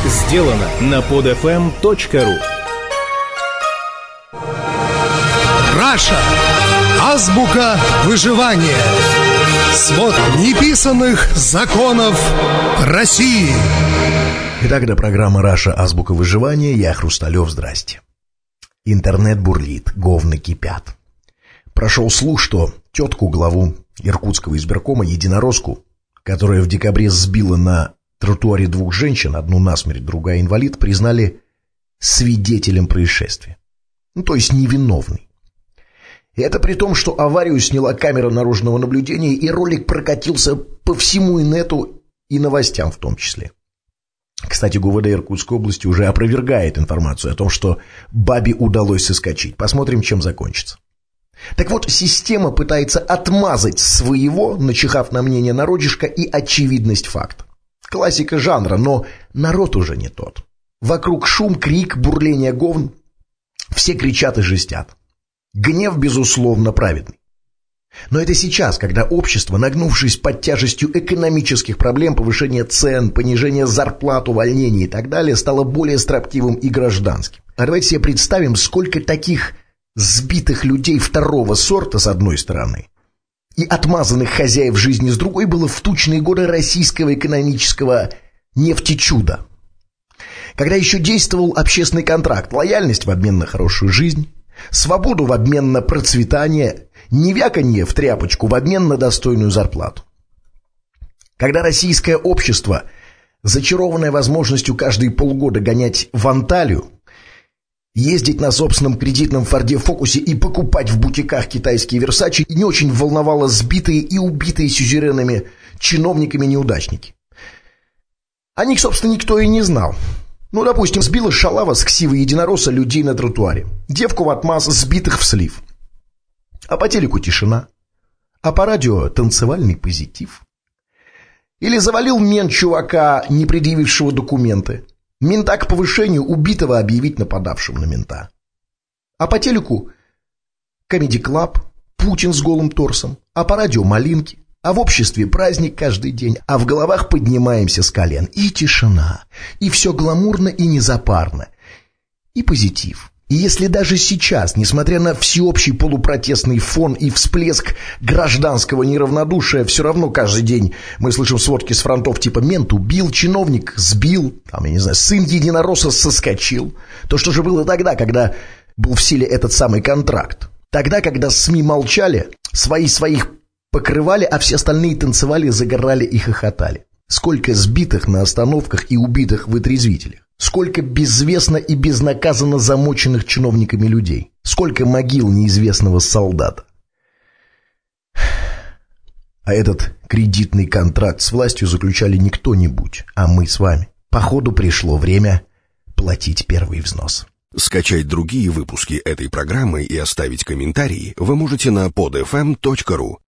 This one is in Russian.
Сделано на podfm.ru. Раша. Азбука выживания. Свод неписанных законов России. Итак, это программа «Раша. Азбука выживания». Я Хрусталев, здрасте. Интернет бурлит, говны кипят. Прошел слух, что тетку, главу Иркутского избиркома, единороску, которая в декабре сбила на тротуаре двух женщин, одну насмерть, другая инвалид, признали свидетелем происшествия. То есть невиновной. И это при том, что аварию сняла камера наружного наблюдения, и ролик прокатился по всему инету и новостям в том числе. Кстати, ГУВД Иркутской области уже опровергает информацию о том, что бабе удалось соскочить. Посмотрим, чем закончится. Так вот, система пытается отмазать своего, начихав на мнение народишка и очевидность факта. Классика жанра, но народ уже не тот. Вокруг шум, крик, бурление говн. Все кричат и жестят. Гнев, безусловно, праведный. Но это сейчас, когда общество, нагнувшись под тяжестью экономических проблем, повышения цен, понижения зарплат, увольнений и так далее, стало более строптивым и гражданским. А давайте себе представим, сколько таких сбитых людей второго сорта с одной стороны и отмазанных хозяев жизни с другой было в тучные годы российского экономического нефтечуда. Когда еще действовал общественный контракт, лояльность в обмен на хорошую жизнь, свободу в обмен на процветание, не вяканье в тряпочку в обмен на достойную зарплату. Когда российское общество, зачарованное возможностью каждые полгода гонять в Анталию, ездить на собственном кредитном Форде Фокусе и покупать в бутиках китайские Версачи, не очень волновало сбитые и убитые сюзеренами чиновниками неудачники. О них, собственно, никто и не знал. Ну, допустим, сбила шалава с ксивой единоросса людей на тротуаре. Девку в отмаз, сбитых в слив. А по телеку тишина. А по радио танцевальный позитив. Или завалил мент чувака, не предъявившего документы. Мента к повышению убитого объявить нападавшим на мента. А по телеку Comedy Club, Путин с голым торсом. А по радио малинки. А в обществе праздник каждый день, а в головах поднимаемся с колен. И тишина, и все гламурно и незапарно, и позитив. И если даже сейчас, несмотря на всеобщий полупротестный фон и всплеск гражданского неравнодушия, все равно каждый день мы слышим сводки с фронтов типа «мент убил», «чиновник сбил», там, я не знаю, «сын единоросса соскочил», то что же было тогда, когда был в силе этот самый контракт? Тогда, когда СМИ молчали, своих покрывали, а все остальные танцевали, загорали и хохотали. Сколько сбитых на остановках и убитых вытрезвителях. Сколько безвестно и безнаказанно замоченных чиновниками людей. Сколько могил неизвестного солдата. А этот кредитный контракт с властью заключали не кто-нибудь, а мы с вами. Походу пришло время платить первый взнос. Скачать другие выпуски этой программы и оставить комментарии вы можете на podfm.ru.